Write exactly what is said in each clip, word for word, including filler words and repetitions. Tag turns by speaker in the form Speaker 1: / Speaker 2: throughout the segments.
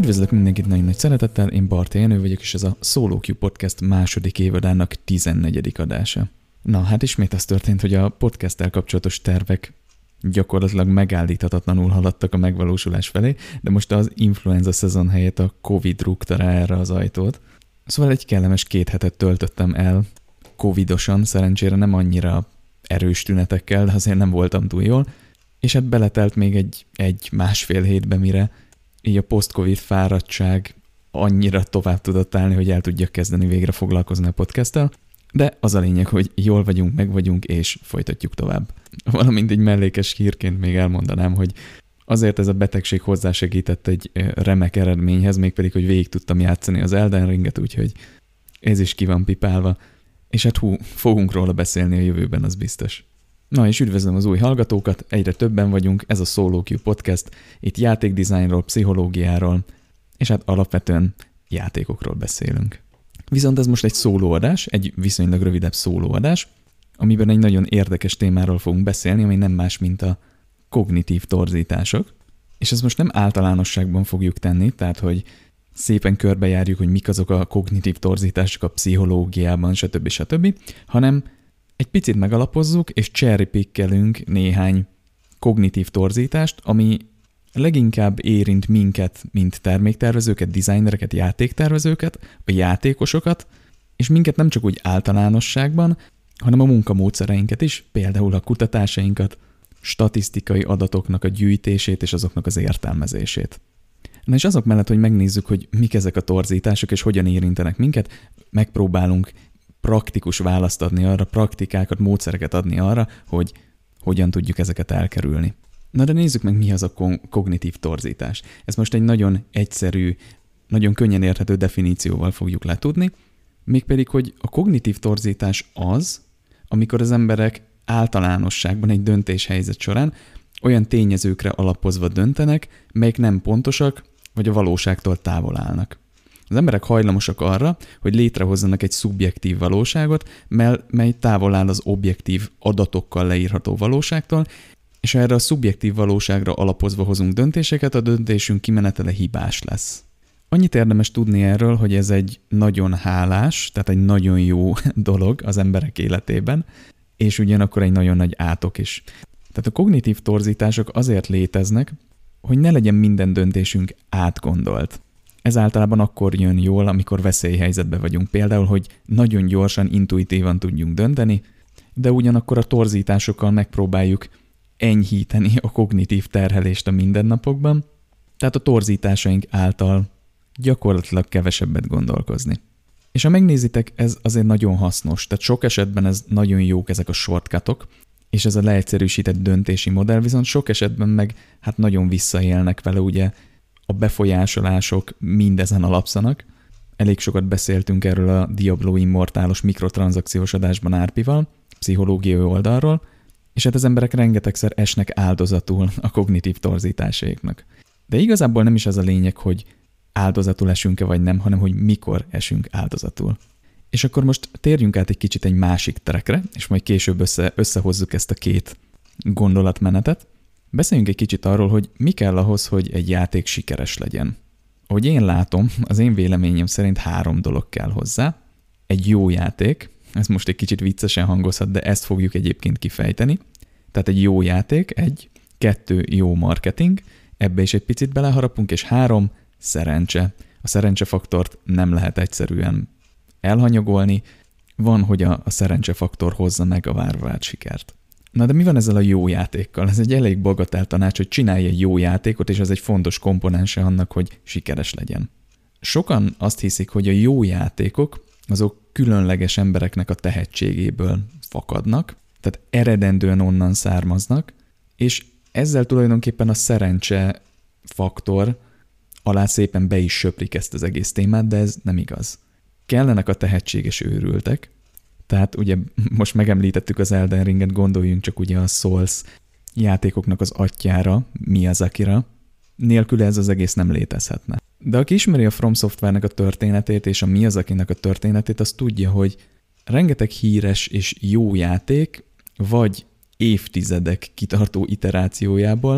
Speaker 1: Üdvözlök mindenkit nagyon nagy szeretettel, én Barta Jenő vagyok, és ez a Solo Q Podcast második évadának tizennegyedik adása. Na, hát ismét az történt, hogy a podcasttel kapcsolatos tervek gyakorlatilag megállíthatatlanul haladtak a megvalósulás felé, de most az influenza szezon helyett a Covid rúgta rá erre az ajtót. Szóval egy kellemes két hetet töltöttem el covidosan, szerencsére nem annyira erős tünetekkel, de azért nem voltam túl jól, és hát beletelt még egy, egy másfél hétbe, mire így a post-covid fáradtság annyira tovább tudott állni, hogy el tudjak kezdeni végre foglalkozni a podcasttel, de az a lényeg, hogy jól vagyunk, meg vagyunk, és folytatjuk tovább. Valamint egy mellékes hírként még elmondanám, hogy azért ez a betegség hozzásegített egy remek eredményhez, mégpedig, hogy végig tudtam játszani az Elden Ringet, úgyhogy ez is ki van pipálva, és hát hú, fogunk róla beszélni a jövőben, az biztos. Na és üdvözlöm az új hallgatókat, egyre többen vagyunk, ez a Solo Q Podcast, itt játékdizájnról, pszichológiáról, és hát alapvetően játékokról beszélünk. Viszont ez most egy szólóadás, egy viszonylag rövidebb szólóadás, amiben egy nagyon érdekes témáról fogunk beszélni, ami nem más, mint a kognitív torzítások. És ezt most nem általánosságban fogjuk tenni, tehát hogy szépen körbejárjuk, hogy mik azok a kognitív torzítások a pszichológiában, stb. stb., hanem egy picit megalapozzuk, és cherry-pickelünk néhány kognitív torzítást, ami leginkább érint minket, mint terméktervezőket, designereket, játéktervezőket, a játékosokat, és minket nem csak úgy általánosságban, hanem a munkamódszereinket is, például a kutatásainkat, statisztikai adatoknak a gyűjtését és azoknak az értelmezését. Na és azok mellett, hogy megnézzük, hogy mik ezek a torzítások és hogyan érintenek minket, megpróbálunk praktikus választ adni arra, praktikákat, módszereket adni arra, hogy hogyan tudjuk ezeket elkerülni. Na de nézzük meg, mi az a kognitív torzítás. Ez most egy nagyon egyszerű, nagyon könnyen érthető definícióval fogjuk letudni, mégpedig, hogy a kognitív torzítás az, amikor az emberek általánosságban egy döntéshelyzet során olyan tényezőkre alapozva döntenek, melyek nem pontosak, vagy a valóságtól távol állnak. Az emberek hajlamosak arra, hogy létrehozzanak egy szubjektív valóságot, mely távol áll az objektív adatokkal leírható valóságtól, és ha erre a szubjektív valóságra alapozva hozunk döntéseket, a döntésünk kimenetele hibás lesz. Annyit érdemes tudni erről, hogy ez egy nagyon hálás, tehát egy nagyon jó dolog az emberek életében, és ugyanakkor egy nagyon nagy átok is. Tehát a kognitív torzítások azért léteznek, hogy ne legyen minden döntésünk átgondolt. Ez általában akkor jön jól, amikor veszélyhelyzetben vagyunk. Például, hogy nagyon gyorsan, intuitívan tudjunk dönteni, de ugyanakkor a torzításokkal megpróbáljuk enyhíteni a kognitív terhelést a mindennapokban, tehát a torzításaink által gyakorlatilag kevesebbet gondolkozni. És ha megnézitek, ez azért nagyon hasznos, tehát sok esetben ez nagyon jók ezek a shortcutok, és ez a leegyszerűsített döntési modell, viszont sok esetben meg hát nagyon visszaélnek vele, ugye a befolyásolások mindezen alapszanak. Elég sokat beszéltünk erről a Diablo Immortálos mikrotranszakciós adásban Árpival, pszichológiai oldalról, és hát az emberek rengetegszer esnek áldozatul a kognitív torzításaiknak. De igazából nem is az a lényeg, hogy áldozatul esünk-e vagy nem, hanem hogy mikor esünk áldozatul. És akkor most térjünk át egy kicsit egy másik trackre, és majd később össze, összehozzuk ezt a két gondolatmenetet. Beszéljünk egy kicsit arról, hogy mi kell ahhoz, hogy egy játék sikeres legyen. Ahogy én látom, az én véleményem szerint három dolog kell hozzá. Egy jó játék, ez most egy kicsit viccesen hangozhat, de ezt fogjuk egyébként kifejteni. Tehát egy jó játék, egy, kettő, jó marketing, ebbe is egy picit beleharapunk, és három, szerencse. A szerencsefaktort nem lehet egyszerűen elhanyagolni, van, hogy a, a szerencsefaktor hozza meg a várva várt sikert. Na de mi van ezzel a jó játékkal? Ez egy elég bagatell tanács, hogy csinálj egy jó játékot, és ez egy fontos komponense annak, hogy sikeres legyen. Sokan azt hiszik, hogy a jó játékok azok különleges embereknek a tehetségéből fakadnak, tehát eredendően onnan származnak, és ezzel tulajdonképpen a szerencse faktor alá szépen be is söprik ezt az egész témát, de ez nem igaz. Kellenek a tehetséges őrültek, tehát ugye most megemlítettük az Elden Ringet, gondoljunk csak ugye a Souls játékoknak az atyjára, Miyazakira, nélkül ez az egész nem létezhetne. De aki ismeri a From Software-nek a történetét és a Miyazakinak a történetét, az tudja, hogy rengeteg híres és jó játék, vagy évtizedek kitartó iterációjából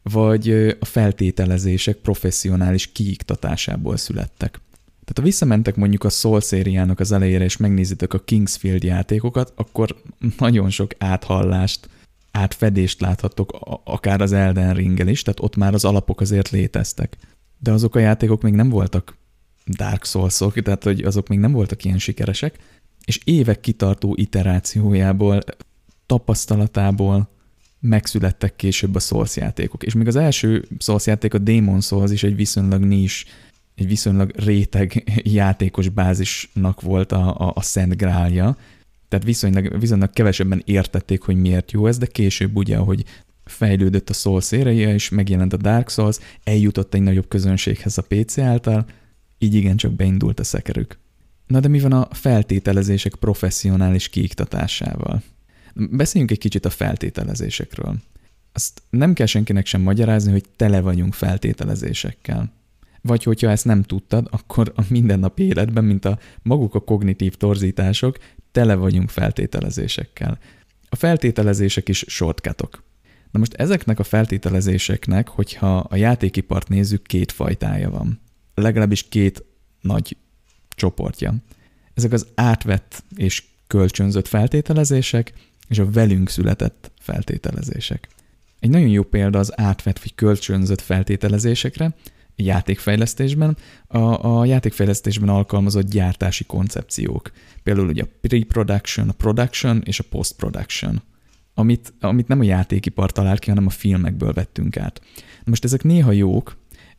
Speaker 1: vagy a feltételezések professzionális kiiktatásából születtek. Tehát ha visszamentek mondjuk a Soul szériának az elejére, és megnézitek a Kingsfield játékokat, akkor nagyon sok áthallást, átfedést láthattok akár az Elden Ringgel is, tehát ott már az alapok azért léteztek. De azok a játékok még nem voltak Dark Souls-ok, tehát hogy azok még nem voltak ilyen sikeresek, és évek kitartó iterációjából, tapasztalatából megszülettek később a Souls játékok. És még az első Souls játék, a Demon's Souls is egy viszonylag nis, egy viszonylag réteg játékos bázisnak volt a, a, a szent grálja, tehát viszonylag, viszonylag kevesebben értették, hogy miért jó ez, de később ugye, ahogy fejlődött a Souls széria, és megjelent a Dark Souls, eljutott egy nagyobb közönséghez a pé cé által, így igencsak beindult a szekerük. Na de mi van a feltételezések professzionális kiiktatásával? Beszéljünk egy kicsit a feltételezésekről. Azt nem kell senkinek sem magyarázni, hogy tele vagyunk feltételezésekkel. Vagy hogyha ezt nem tudtad, akkor a mindennapi életben, mint a maguk a kognitív torzítások, tele vagyunk feltételezésekkel. A feltételezések is shortcutok. Na most ezeknek a feltételezéseknek, hogyha a játékipart nézzük, két fajtája van. Legalábbis két nagy csoportja. Ezek az átvett és kölcsönzött feltételezések, és a velünk született feltételezések. Egy nagyon jó példa az átvett vagy kölcsönzött feltételezésekre, játékfejlesztésben, a, a játékfejlesztésben alkalmazott gyártási koncepciók. Például ugye a pre-production, a production és a post-production, amit, amit nem a játékipar talált ki, hanem a filmekből vettünk át. Most ezek néha jók,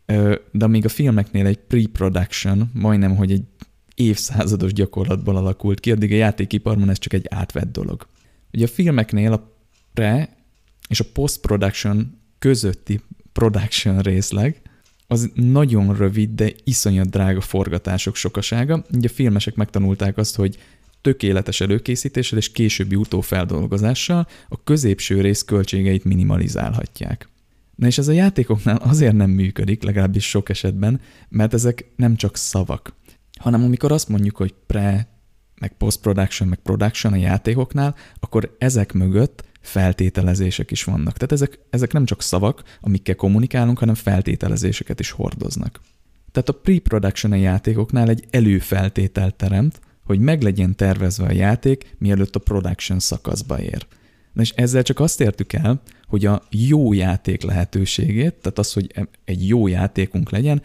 Speaker 1: de amíg a filmeknél egy pre-production majdnem, hogy egy évszázados gyakorlatból alakult ki, addig a játékiparban ez csak egy átvett dolog. Ugye a filmeknél a pre és a post-production közötti production részleg az nagyon rövid, de iszonyat drága forgatások sokasága. Ugye a filmesek megtanulták azt, hogy tökéletes előkészítéssel és későbbi utófeldolgozással a középső rész költségeit minimalizálhatják. Na és ez a játékoknál azért nem működik, legalábbis sok esetben, mert ezek nem csak szavak, hanem amikor azt mondjuk, hogy pre, meg post-production, meg production a játékoknál, akkor ezek mögött feltételezések is vannak. Tehát ezek, ezek nem csak szavak, amikkel kommunikálunk, hanem feltételezéseket is hordoznak. Tehát a pre-production a játékoknál egy előfeltételt teremt, hogy meg legyen tervezve a játék, mielőtt a production szakaszba ér. Na és ezzel csak azt értük el, hogy a jó játék lehetőségét, tehát az, hogy egy jó játékunk legyen,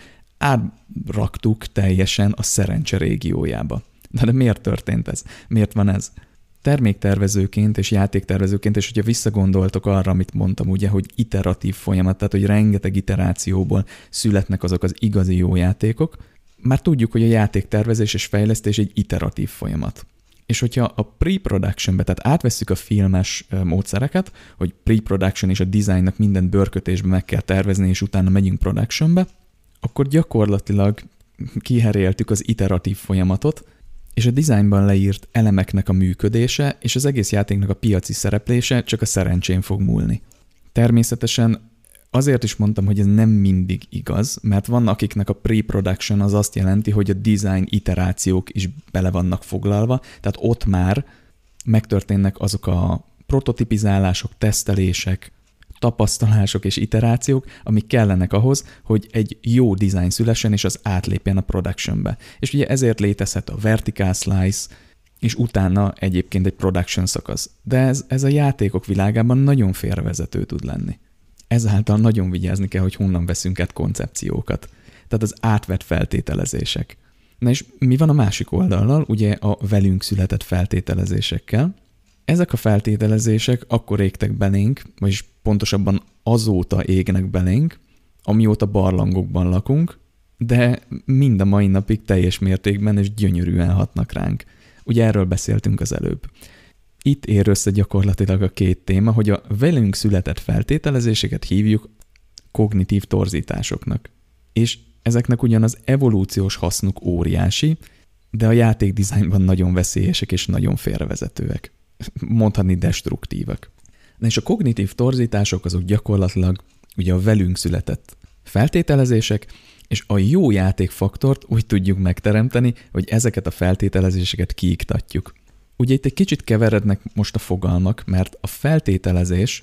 Speaker 1: átraktuk teljesen a szerencse régiójába. Na de miért történt ez? Miért van ez? Terméktervezőként és játéktervezőként, és hogyha visszagondoltok arra, amit mondtam, ugye, hogy iteratív folyamat, tehát hogy rengeteg iterációból születnek azok az igazi jó játékok, már tudjuk, hogy a játéktervezés és fejlesztés egy iteratív folyamat. És hogyha a pre-productionbe, tehát átvesszük a filmes módszereket, hogy pre-production és a designnak minden bőrkötésbe meg kell tervezni, és utána megyünk productionbe, akkor gyakorlatilag kiheréltük az iteratív folyamatot, és a designban leírt elemeknek a működése és az egész játéknak a piaci szereplése csak a szerencsén fog múlni. Természetesen azért is mondtam, hogy ez nem mindig igaz, mert van akiknek a pre-production az azt jelenti, hogy a design iterációk is bele vannak foglalva, tehát ott már megtörténnek azok a prototipizálások, tesztelések, tapasztalások és iterációk, amik kellenek ahhoz, hogy egy jó design szülessen, és az átlépjen a productionbe. És ugye ezért létezhet a vertical slice, és utána egyébként egy production szakasz. De ez, ez a játékok világában nagyon félrevezető tud lenni. Ezáltal nagyon vigyázni kell, hogy honnan veszünk át koncepciókat. Tehát az átvett feltételezések. Na és mi van a másik oldallal, ugye a velünk született feltételezésekkel? Ezek a feltételezések akkor égtek belénk, vagyis pontosabban azóta égnek belénk, amióta barlangokban lakunk, de mind a mai napig teljes mértékben és gyönyörűen hatnak ránk. Ugye erről beszéltünk az előbb. Itt ér össze gyakorlatilag a két téma, hogy a velünk született feltételezéseket hívjuk kognitív torzításoknak. És ezeknek ugyan az evolúciós hasznuk óriási, de a játékdizájnban nagyon veszélyesek és nagyon félrevezetőek. Mondhatni destruktívak. Na és a kognitív torzítások azok gyakorlatilag ugye a velünk született feltételezések, és a jó játékfaktort úgy tudjuk megteremteni, hogy ezeket a feltételezéseket kiiktatjuk. Ugye itt egy kicsit keverednek most a fogalmak, mert a feltételezés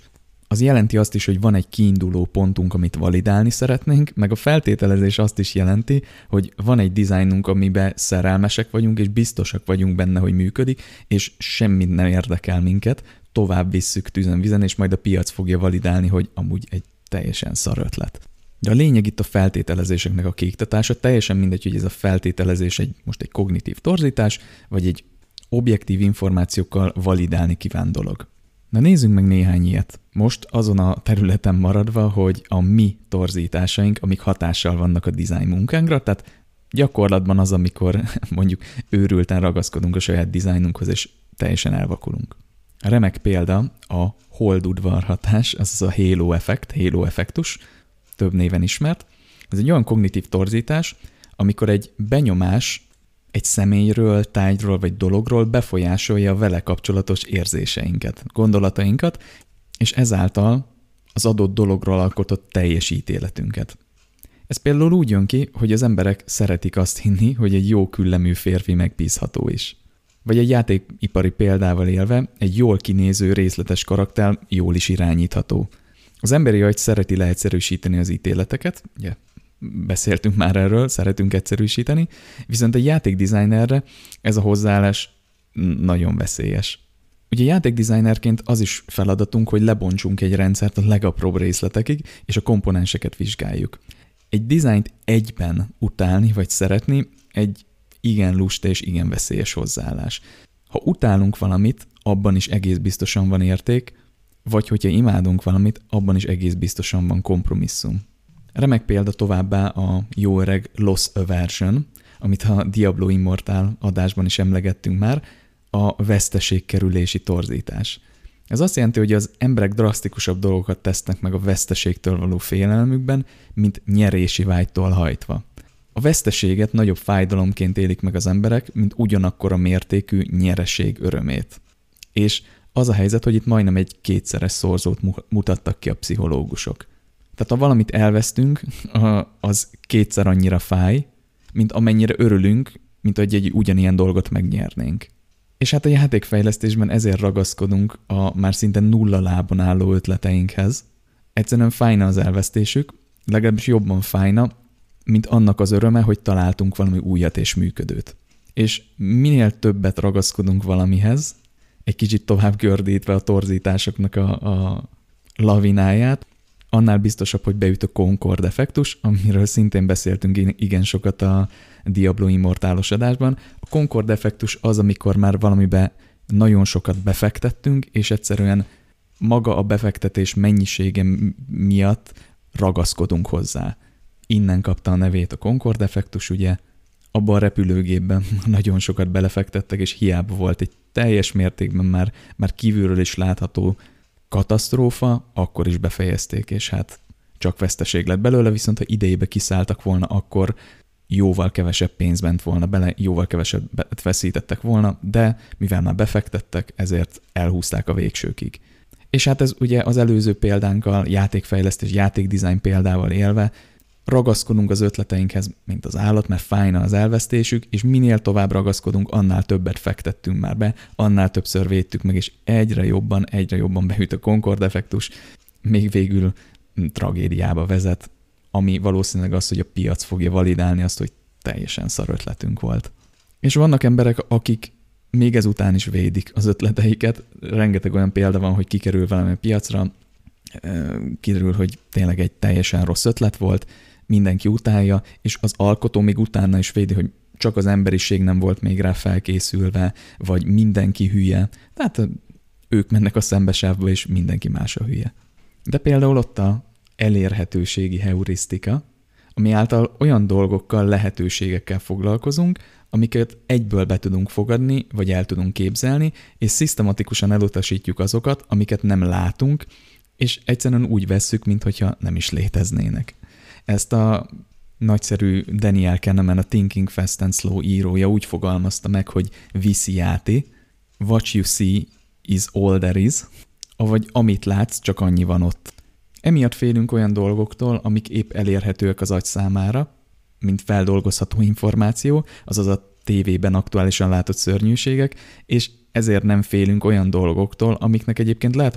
Speaker 1: az jelenti azt is, hogy van egy kiinduló pontunk, amit validálni szeretnénk, meg a feltételezés azt is jelenti, hogy van egy dizájnunk, amiben szerelmesek vagyunk, és biztosak vagyunk benne, hogy működik, és semmit nem érdekel minket, tovább visszük tüzön-vizen, és majd a piac fogja validálni, hogy amúgy egy teljesen szar ötlet. De a lényeg itt a feltételezéseknek a kiiktatása, teljesen mindegy, hogy ez a feltételezés egy, most egy kognitív torzítás, vagy egy objektív információkkal validálni kívánt dolog. Na nézzünk meg néhány ilyet. Most azon a területen maradva, hogy a mi torzításaink, amik hatással vannak a design munkánkra, tehát gyakorlatban az, amikor mondjuk őrülten ragaszkodunk a saját dizájnunkhoz, és teljesen elvakulunk. A remek példa a holdudvar hatás, azaz a halo effekt, halo effektus, több néven ismert. Ez egy olyan kognitív torzítás, amikor egy benyomás egy személyről, tárgyról vagy dologról befolyásolja a vele kapcsolatos érzéseinket, gondolatainkat, és ezáltal az adott dologról alkotott teljes ítéletünket. Ez például úgy jön ki, hogy az emberek szeretik azt hinni, hogy egy jó küllemű férfi megbízható is. Vagy egy játékipari példával élve, egy jól kinéző, részletes karakter jól is irányítható. Az emberi agy szereti leegyszerűsíteni az ítéleteket, ugye beszéltünk már erről, szeretünk egyszerűsíteni, viszont egy játékdesignerre ez a hozzáállás nagyon veszélyes. Ugye játékdesignerként az is feladatunk, hogy lebontsunk egy rendszert a legapróbb részletekig, és a komponenseket vizsgáljuk. Egy dizájnt egyben utálni vagy szeretni egy igen lusta és igen veszélyes hozzáállás. Ha utálunk valamit, abban is egész biztosan van érték, vagy hogyha imádunk valamit, abban is egész biztosan van kompromisszum. Remek példa továbbá a jó öreg loss aversion, amit a Diablo Immortal adásban is emlegettünk már, a veszteségkerülési torzítás. Ez azt jelenti, hogy az emberek drasztikusabb dolgokat tesznek meg a veszteségtől való félelmükben, mint nyerési vágytól hajtva. A veszteséget nagyobb fájdalomként élik meg az emberek, mint ugyanakkor a mértékű nyereség örömét. És az a helyzet, hogy itt majdnem egy kétszeres szorzót mutattak ki a pszichológusok. Tehát ha valamit elvesztünk, az kétszer annyira fáj, mint amennyire örülünk, mint hogy egy ugyanilyen dolgot megnyernénk. És hát a játékfejlesztésben ezért ragaszkodunk a már szinte nulla lábon álló ötleteinkhez. Egyszerűen fájna az elvesztésük, legalábbis jobban fájna, mint annak az öröme, hogy találtunk valami újat és működőt. És minél többet ragaszkodunk valamihez, egy kicsit tovább gördítve a torzításoknak a, a lavináját, annál biztosabb, hogy beüt a Concord effektus, amiről szintén beszéltünk igen sokat a Diablo Immortálos adásban. A Concord effektus az, amikor már valamibe nagyon sokat befektettünk, és egyszerűen maga a befektetés mennyisége miatt ragaszkodunk hozzá. Innen kapta a nevét a Concord effektus, ugye, abban a repülőgépben nagyon sokat belefektettek, és hiába volt egy teljes mértékben már, már kívülről is látható katasztrófa, akkor is befejezték, és hát csak veszteség lett belőle, viszont ha idejébe kiszálltak volna, akkor jóval kevesebb pénz ment volna bele, jóval kevesebbet veszítettek volna, de mivel már befektettek, ezért elhúzták a végsőkig. És hát ez ugye az előző példánkkal, játékfejlesztés, játékdesign példával élve, ragaszkodunk az ötleteinkhez, mint az állat, mert fájna az elvesztésük, és minél tovább ragaszkodunk, annál többet fektettünk már be, annál többször védtük meg, és egyre jobban, egyre jobban beüt a Concord effektus, még végül tragédiába vezet, ami valószínűleg az, hogy a piac fogja validálni azt, hogy teljesen szar ötletünk volt. És vannak emberek, akik még ezután is védik az ötleteiket, rengeteg olyan példa van, hogy kikerül valami a piacra, kiderül, hogy tényleg egy teljesen rossz ötlet volt, mindenki utálja, és az alkotó még utána is védi, hogy csak az emberiség nem volt még rá felkészülve, vagy mindenki hülye. Tehát ők mennek a szembesávba, és mindenki más a hülye. De például ott a elérhetőségi heurisztika, ami által olyan dolgokkal, lehetőségekkel foglalkozunk, amiket egyből be tudunk fogadni, vagy el tudunk képzelni, és szisztematikusan elutasítjuk azokat, amiket nem látunk, és egyszerűen úgy vesszük, mintha nem is léteznének. Ezt a nagyszerű Daniel Kahneman, a Thinking Fast and Slow írója úgy fogalmazta meg, hogy visziáti, what you see is all there is, avagy amit látsz, csak annyi van ott. Emiatt félünk olyan dolgoktól, amik épp elérhetőek az agy számára, mint feldolgozható információ, azaz a tévében aktuálisan látott szörnyűségek, és ezért nem félünk olyan dolgoktól, amiknek egyébként lehet, hogy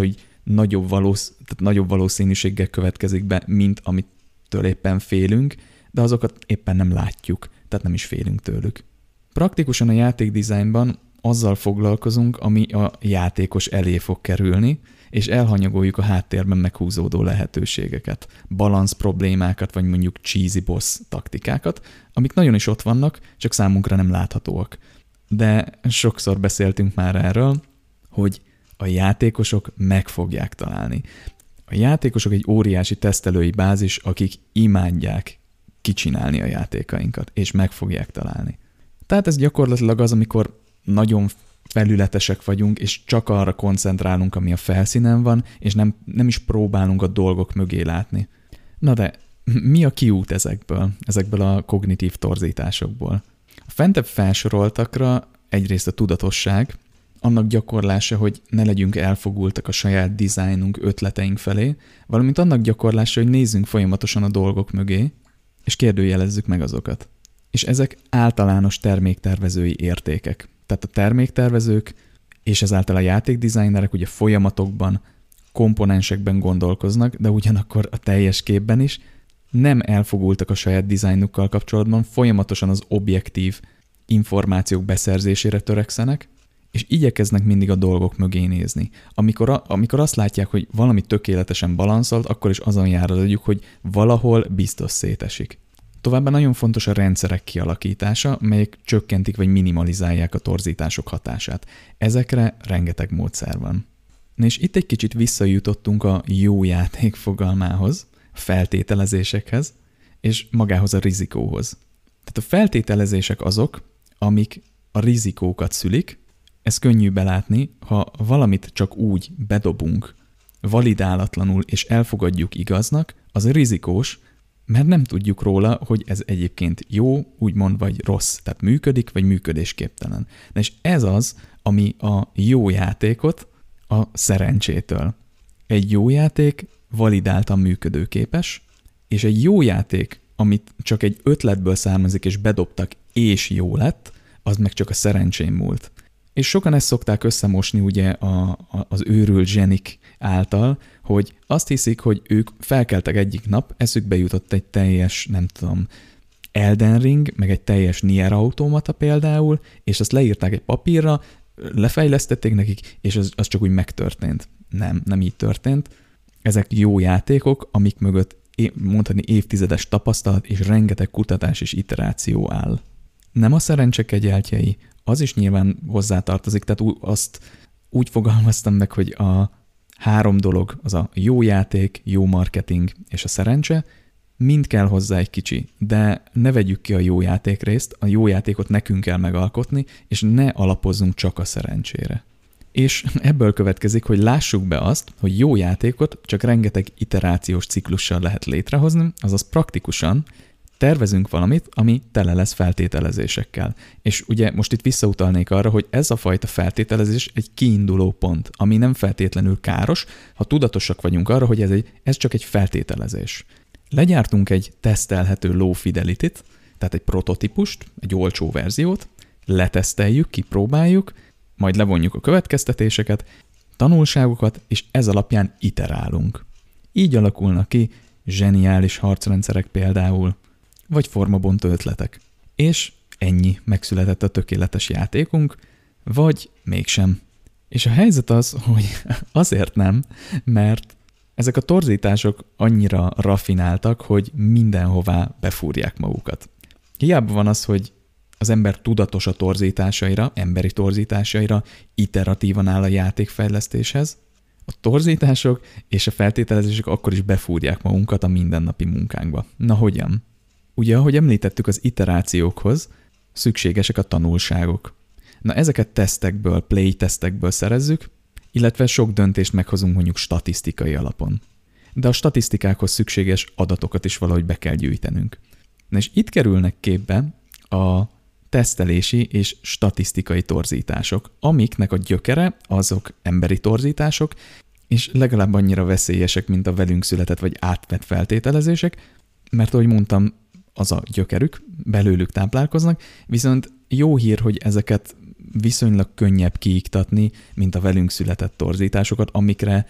Speaker 1: nagyobb, valósz, tehát nagyobb valószínűséggel következik be, mint amitől éppen félünk, de azokat éppen nem látjuk, tehát nem is félünk tőlük. Praktikusan a játékdizájnban azzal foglalkozunk, ami a játékos elé fog kerülni, és elhanyagoljuk a háttérben meghúzódó lehetőségeket, balansz problémákat, vagy mondjuk cheesy boss taktikákat, amik nagyon is ott vannak, csak számunkra nem láthatóak. De sokszor beszéltünk már erről, hogy a játékosok meg fogják találni. A játékosok egy óriási tesztelői bázis, akik imádják kicsinálni a játékainkat, és meg fogják találni. Tehát ez gyakorlatilag az, amikor nagyon felületesek vagyunk, és csak arra koncentrálunk, ami a felszínen van, és nem, nem is próbálunk a dolgok mögé látni. Na de mi a kiút ezekből, ezekből a kognitív torzításokból? A fentebb felsoroltakra egyrészt a tudatosság, annak gyakorlása, hogy ne legyünk elfogultak a saját dizájnunk, ötleteink felé, valamint annak gyakorlása, hogy nézzünk folyamatosan a dolgok mögé, és kérdőjelezzük meg azokat. És ezek általános terméktervezői értékek. Tehát a terméktervezők és ezáltal a játékdesignerek ugye folyamatokban, komponensekben gondolkoznak, de ugyanakkor a teljes képben is nem elfogultak a saját dizájnukkal kapcsolatban, folyamatosan az objektív információk beszerzésére törekszenek, és igyekeznek mindig a dolgok mögé nézni. Amikor, a, amikor azt látják, hogy valami tökéletesen balanszolt, akkor is azon jár az agyuk, hogy valahol biztos szétesik. Továbbá nagyon fontos a rendszerek kialakítása, melyek csökkentik vagy minimalizálják a torzítások hatását. Ezekre rengeteg módszer van. Na és itt egy kicsit visszajutottunk a jó játék fogalmához, a feltételezésekhez, és magához a rizikóhoz. Tehát a feltételezések azok, amik a rizikókat szülik. Ez könnyű belátni, ha valamit csak úgy bedobunk, validálatlanul és elfogadjuk igaznak, az rizikós, mert nem tudjuk róla, hogy ez egyébként jó, úgymond, vagy rossz, tehát működik, vagy működésképtelen. Na és ez az, ami a jó játékot a szerencsétől. Egy jó játék validáltan működőképes, és egy jó játék, amit csak egy ötletből származik, és bedobtak, és jó lett, az meg csak a szerencsén múlt. És sokan ezt szokták összemosni ugye a, a, az őrült zsenik által, hogy azt hiszik, hogy ők felkeltek egyik nap, eszükbe jutott egy teljes, nem tudom, Elden Ring, meg egy teljes Nier Automata például, és azt leírták egy papírra, lefejlesztették nekik, és az, az csak úgy megtörtént. Nem, nem így történt. Ezek jó játékok, amik mögött mondhatni évtizedes tapasztalat és rengeteg kutatás és iteráció áll. Nem a szerencse kegyeltjei, az is nyilván hozzátartozik, tehát azt úgy fogalmaztam meg, hogy a három dolog, az a jó játék, jó marketing és a szerencse, mind kell hozzá egy kicsi, de ne vegyük ki a jó játék részt, a jó játékot nekünk kell megalkotni, és ne alapozzunk csak a szerencsére. És ebből következik, hogy lássuk be azt, hogy jó játékot csak rengeteg iterációs ciklussal lehet létrehozni, azaz praktikusan tervezünk valamit, ami tele lesz feltételezésekkel. És ugye most itt visszautalnék arra, hogy ez a fajta feltételezés egy kiinduló pont, ami nem feltétlenül káros, ha tudatosak vagyunk arra, hogy ez, egy, ez csak egy feltételezés. Legyártunk egy tesztelhető low fidelity-t, tehát egy prototípust, egy olcsó verziót, leteszteljük, kipróbáljuk, majd levonjuk a következtetéseket, tanulságokat, és ez alapján iterálunk. Így alakulnak ki zseniális harcrendszerek például, vagy formabontó ötletek. És ennyi, megszületett a tökéletes játékunk, vagy mégsem. És a helyzet az, hogy azért nem, mert ezek a torzítások annyira raffináltak, hogy mindenhová befúrják magukat. Hiába van az, hogy az ember tudatos a torzításaira, emberi torzításaira, iteratívan áll a játékfejlesztéshez, a torzítások és a feltételezések akkor is befúrják magunkat a mindennapi munkánkba. Na hogyan? Ugye, ahogy említettük, az iterációkhoz szükségesek a tanulságok. Na ezeket tesztekből, playtesztekből szerezzük, illetve sok döntést meghozunk mondjuk statisztikai alapon. De a statisztikákhoz szükséges adatokat is valahogy be kell gyűjtenünk. Na és itt kerülnek képbe a tesztelési és statisztikai torzítások, amiknek a gyökere azok emberi torzítások, és legalább annyira veszélyesek, mint a velünk született vagy átvett feltételezések, mert ahogy mondtam, az a gyökerük, belőlük táplálkoznak, viszont jó hír, hogy ezeket viszonylag könnyebb kiiktatni, mint a velünk született torzításokat, amikre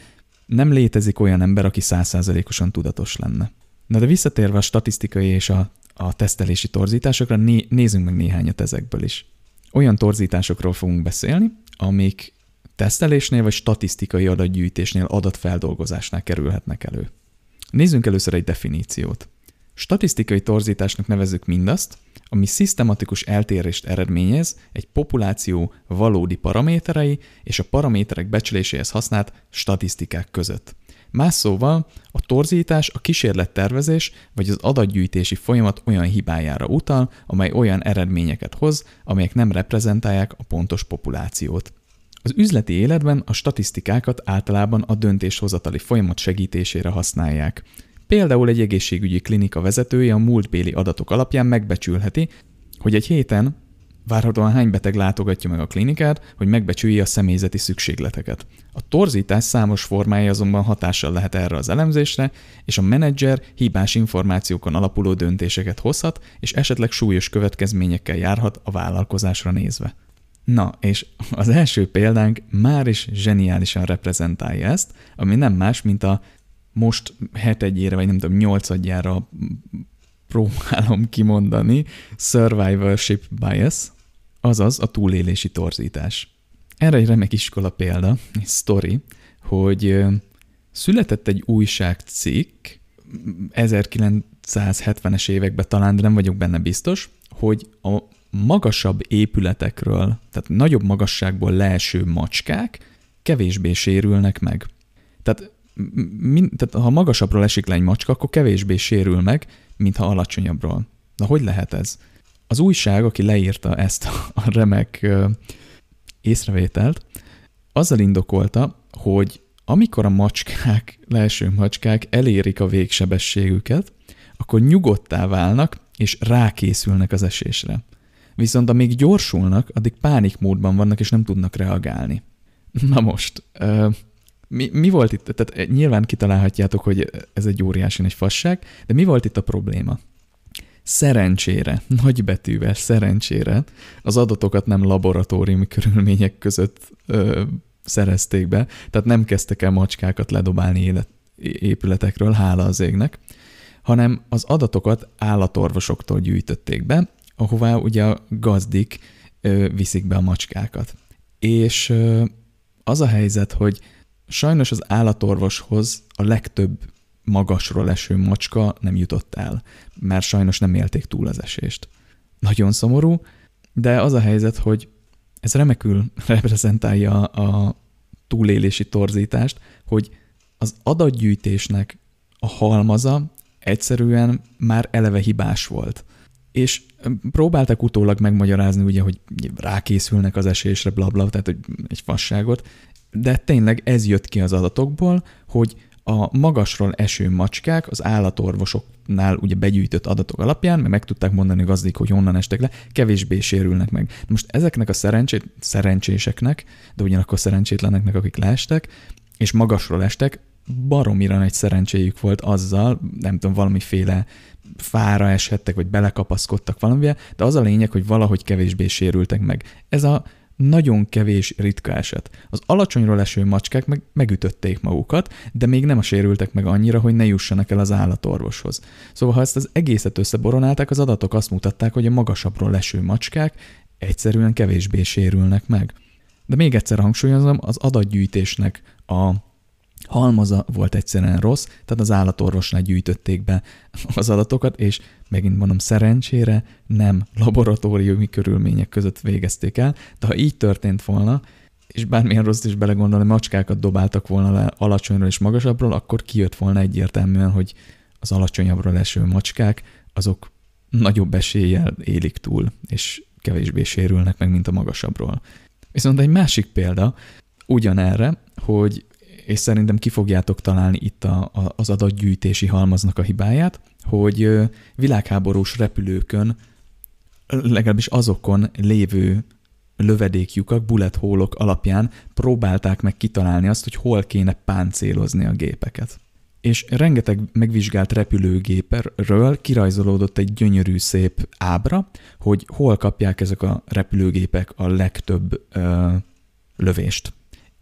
Speaker 1: nem létezik olyan ember, aki száz százalékosan tudatos lenne. Na de visszatérve a statisztikai és a, a tesztelési torzításokra, né, nézzünk meg néhányat ezekből is. Olyan torzításokról fogunk beszélni, amik tesztelésnél vagy statisztikai adatgyűjtésnél, adatfeldolgozásnál kerülhetnek elő. Nézzünk először egy definíciót. Statisztikai torzításnak nevezzük mindazt, ami szisztematikus eltérést eredményez egy populáció valódi paraméterei és a paraméterek becsléséhez használt statisztikák között. Más szóval a torzítás a kísérlettervezés vagy az adatgyűjtési folyamat olyan hibájára utal, amely olyan eredményeket hoz, amelyek nem reprezentálják a pontos populációt. Az üzleti életben a statisztikákat általában a döntéshozatali folyamat segítésére használják. Például egy egészségügyi klinika vezetője a múltbéli adatok alapján megbecsülheti, hogy egy héten várhatóan hány beteg látogatja meg a klinikát, hogy megbecsülje a személyzeti szükségleteket. A torzítás számos formája azonban hatással lehet erre az elemzésre, és a menedzser hibás információkon alapuló döntéseket hozhat, és esetleg súlyos következményekkel járhat a vállalkozásra nézve. Na, és az első példánk már is zseniálisan reprezentálja ezt, ami nem más, mint a most hetegyére, vagy nem tudom, nyolcadjára próbálom kimondani, survivorship bias, azaz a túlélési torzítás. Erre egy remek iskola példa, egy sztori, hogy született egy újságcikk ezerkilencszázhetvenes években, talán, de nem vagyok benne biztos, hogy a magasabb épületekről, tehát nagyobb magasságból leeső macskák kevésbé sérülnek meg. Tehát, min, tehát ha magasabbról esik le egy macska, akkor kevésbé sérül meg, mintha alacsonyabbról. Na, hogy lehet ez? Az újság, aki leírta ezt a remek ö, észrevételt, azzal indokolta, hogy amikor a macskák, leeső macskák elérik a végsebességüket, akkor nyugodtá válnak, és rákészülnek az esésre. Viszont amíg gyorsulnak, addig pánikmódban vannak, és nem tudnak reagálni. Na most, ö, mi, mi volt itt? Tehát nyilván kitalálhatjátok, hogy ez egy óriási nagy fasság, de mi volt itt a probléma? Szerencsére, nagybetűvel szerencsére az adatokat nem laboratóriumi körülmények között ö, szerezték be, tehát nem kezdtek el macskákat ledobálni élet, épületekről, hála az égnek, hanem az adatokat állatorvosoktól gyűjtötték be, ahová ugye a gazdik ö, viszik be a macskákat. És ö, az a helyzet, hogy sajnos az állatorvoshoz a legtöbb magasról eső macska nem jutott el, mert sajnos nem élték túl az esést. Nagyon szomorú, de az a helyzet, hogy ez remekül reprezentálja a túlélési torzítást, hogy az adatgyűjtésnek a halmaza egyszerűen már eleve hibás volt. És próbáltak utólag megmagyarázni, ugye, hogy rákészülnek az esésre, blabla, tehát egy fasságot, de tényleg ez jött ki az adatokból, hogy a magasról eső macskák az állatorvosoknál ugye begyűjtött adatok alapján, mert meg tudták mondani gazdik, hogy honnan estek le, kevésbé sérülnek meg. Most ezeknek a szerencsét, szerencséseknek, de ugyanakkor szerencsétleneknek, akik leestek, és magasról estek, baromira nagy szerencséjük volt azzal, nem tudom, valamiféle fára eshettek, vagy belekapaszkodtak valamivel, de az a lényeg, hogy valahogy kevésbé sérültek meg. Ez a nagyon kevés ritka eset. Az alacsonyról eső macskák meg megütötték magukat, de még nem sérültek meg annyira, hogy ne jussanak el az állatorvoshoz. Szóval, ha ezt az egészet összeboronálták, az adatok azt mutatták, hogy a magasabbról eső macskák egyszerűen kevésbé sérülnek meg. De még egyszer hangsúlyozom, az adatgyűjtésnek a halmaza volt egyszerűen rossz, tehát az állatorvosnál gyűjtötték be az adatokat, és megint mondom, szerencsére nem laboratóriumi körülmények között végezték el, de ha így történt volna, és bármilyen rossz is belegondolni, macskákat dobáltak volna le alacsonyról és magasabbról, akkor kijött volna egyértelműen, hogy az alacsonyabbról eső macskák, azok nagyobb eséllyel élik túl, és kevésbé sérülnek meg, mint a magasabbról. Viszont egy másik példa ugyanerre, hogy és szerintem ki fogjátok találni itt a, a, az adatgyűjtési halmaznak a hibáját, hogy világháborús repülőkön, legalábbis azokon lévő lövedéklyukak, bullet hole-ok alapján próbálták meg kitalálni azt, hogy hol kéne páncélozni a gépeket. És rengeteg megvizsgált repülőgépről kirajzolódott egy gyönyörű, szép ábra, hogy hol kapják ezek a repülőgépek a legtöbb ö, lövést.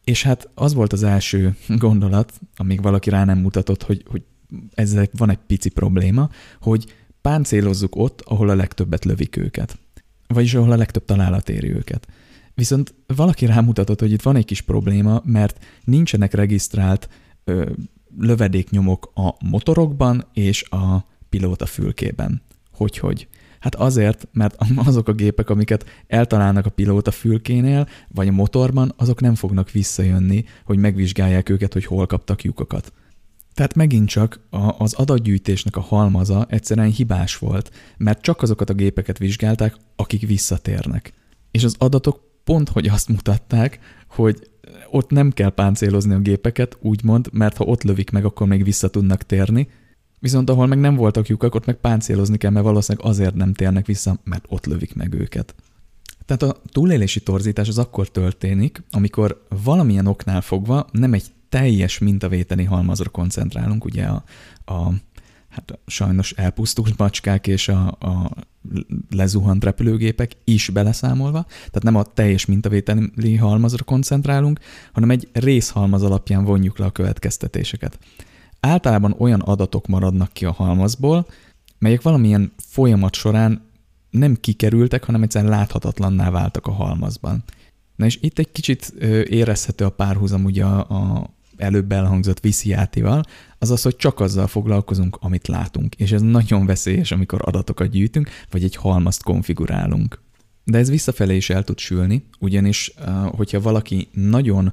Speaker 1: És hát az volt az első gondolat, amíg valaki rá nem mutatott, hogy, hogy ezzel van egy pici probléma, hogy páncélozzuk ott, ahol a legtöbbet lövik őket. Vagyis ahol a legtöbb találat éri őket. Viszont valaki rámutatott, hogy itt van egy kis probléma, mert nincsenek regisztrált ö, lövedéknyomok a motorokban és a pilóta fülkében. Hogyhogy? Hát azért, mert azok a gépek, amiket eltalálnak a pilóta fülkénél, vagy a motorban, azok nem fognak visszajönni, hogy megvizsgálják őket, hogy hol kaptak lyukakat. Tehát megint csak a, az adatgyűjtésnek a halmaza egyszerűen hibás volt, mert csak azokat a gépeket vizsgálták, akik visszatérnek. És az adatok pont, hogy azt mutatták, hogy ott nem kell páncélozni a gépeket, úgymond, mert ha ott lövik meg, akkor még vissza tudnak térni, viszont ahol meg nem voltak lyukak, ott meg páncélozni kell, mert valószínűleg azért nem térnek vissza, mert ott lövik meg őket. Tehát a túlélési torzítás az akkor történik, amikor valamilyen oknál fogva nem egy teljes mintavételi halmazra koncentrálunk, ugye a, a hát sajnos elpusztult macskák és a, a lezuhant repülőgépek is beleszámolva, tehát nem a teljes mintavételi halmazra koncentrálunk, hanem egy részhalmaz alapján vonjuk le a következtetéseket. Általában olyan adatok maradnak ki a halmazból, melyek valamilyen folyamat során nem kikerültek, hanem egyszerűen láthatatlanná váltak a halmazban. Na és itt egy kicsit érezhető a párhuzam ugye a, a előbb elhangzott Visziátival, azaz, hogy csak azzal foglalkozunk, amit látunk, és ez nagyon veszélyes, amikor adatokat gyűjtünk, vagy egy halmazt konfigurálunk. De ez visszafelé is el tud sülni, ugyanis hogyha valaki nagyon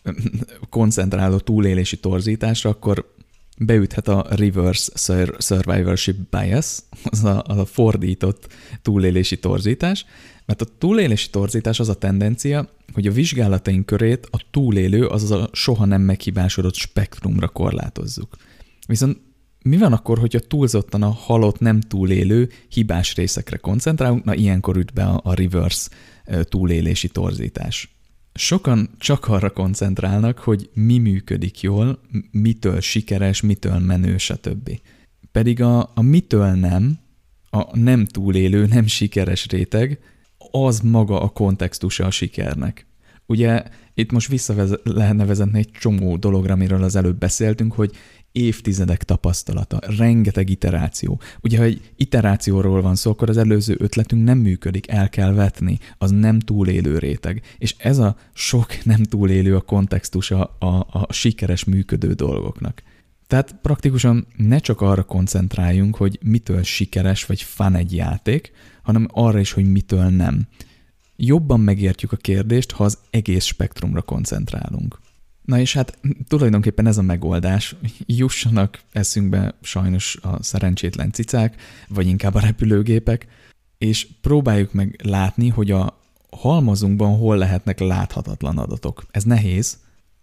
Speaker 1: koncentráló túlélési torzításra, akkor beüthet a reverse survivorship bias, az a, az a fordított túlélési torzítás, mert a túlélési torzítás az a tendencia, hogy a vizsgálataink körét a túlélő, azaz a soha nem meghibásodott spektrumra korlátozzuk. Viszont mi van akkor, hogyha túlzottan a halott nem túlélő hibás részekre koncentrálunk? Na, ilyenkor üt be a, a reverse túlélési torzítás. Sokan csak arra koncentrálnak, hogy mi működik jól, mitől sikeres, mitől menő, stb. Pedig a, a mitől nem, a nem túlélő, nem sikeres réteg, az maga a kontextusa a sikernek. Ugye itt most vissza lehetne vezetni egy csomó dologra, amiről az előbb beszéltünk, hogy évtizedek tapasztalata, rengeteg iteráció. Ugye, ha egy iterációról van szó, akkor az előző ötletünk nem működik, el kell vetni, az nem túlélő réteg. És ez a sok nem túlélő a kontextusa a, a sikeres működő dolgoknak. Tehát praktikusan ne csak arra koncentráljunk, hogy mitől sikeres vagy fun egy játék, hanem arra is, hogy mitől nem. Jobban megértjük a kérdést, ha az egész spektrumra koncentrálunk. Na és hát tulajdonképpen ez a megoldás. Jussanak eszünkbe sajnos a szerencsétlen cicák, vagy inkább a repülőgépek, és próbáljuk meg látni, hogy a halmazunkban hol lehetnek láthatatlan adatok. Ez nehéz,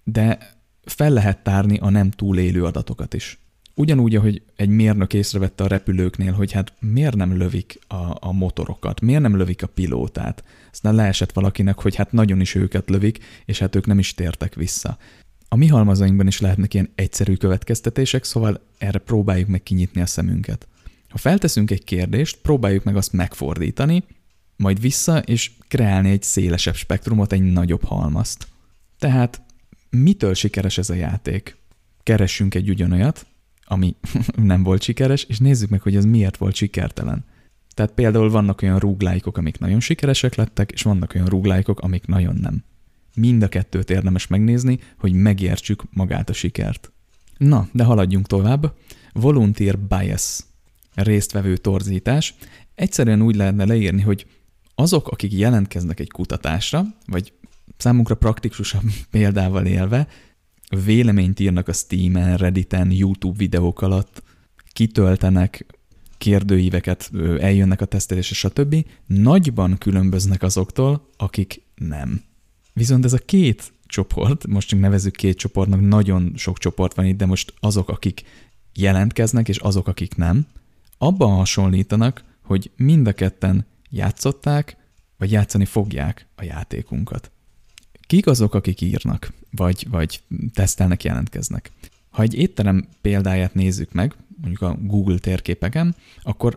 Speaker 1: de fel lehet tárni a nem túlélő adatokat is. Ugyanúgy, ahogy egy mérnök észrevette a repülőknél, hogy hát miért nem lövik a, a motorokat, miért nem lövik a pilótát. Aztán leesett valakinek, hogy hát nagyon is őket lövik, és hát ők nem is tértek vissza. A mi halmazainkban is lehetnek ilyen egyszerű következtetések, szóval erre próbáljuk meg kinyitni a szemünket. Ha felteszünk egy kérdést, próbáljuk meg azt megfordítani, majd vissza, és kreálni egy szélesebb spektrumot, egy nagyobb halmazt. Tehát mitől sikeres ez a játék? Keressünk egy ugyanolyat, ami nem volt sikeres, és nézzük meg, hogy az miért volt sikertelen. Tehát például vannak olyan roguelike-ok, amik nagyon sikeresek lettek, és vannak olyan roguelike-ok, amik nagyon nem. Mind a kettőt érdemes megnézni, hogy megértsük magát a sikert. Na, de haladjunk tovább. Volunteer bias, résztvevő torzítás. Egyszerűen úgy lehetne leírni, hogy azok, akik jelentkeznek egy kutatásra, vagy számunkra praktikusabb példával élve, véleményt írnak a Steamen, Redditen, YouTube videók alatt, kitöltenek kérdőíveket, eljönnek a tesztelésre, stb. Nagyban különböznek azoktól, akik nem. Viszont ez a két csoport, most csak nevezzük két csoportnak, nagyon sok csoport van itt, de most azok, akik jelentkeznek, és azok, akik nem, abban hasonlítanak, hogy mind a ketten játszották, vagy játszani fogják a játékunkat. Kik azok, akik írnak, vagy, vagy tesztelnek, jelentkeznek? Ha egy étterem példáját nézzük meg, mondjuk a Google térképeken, akkor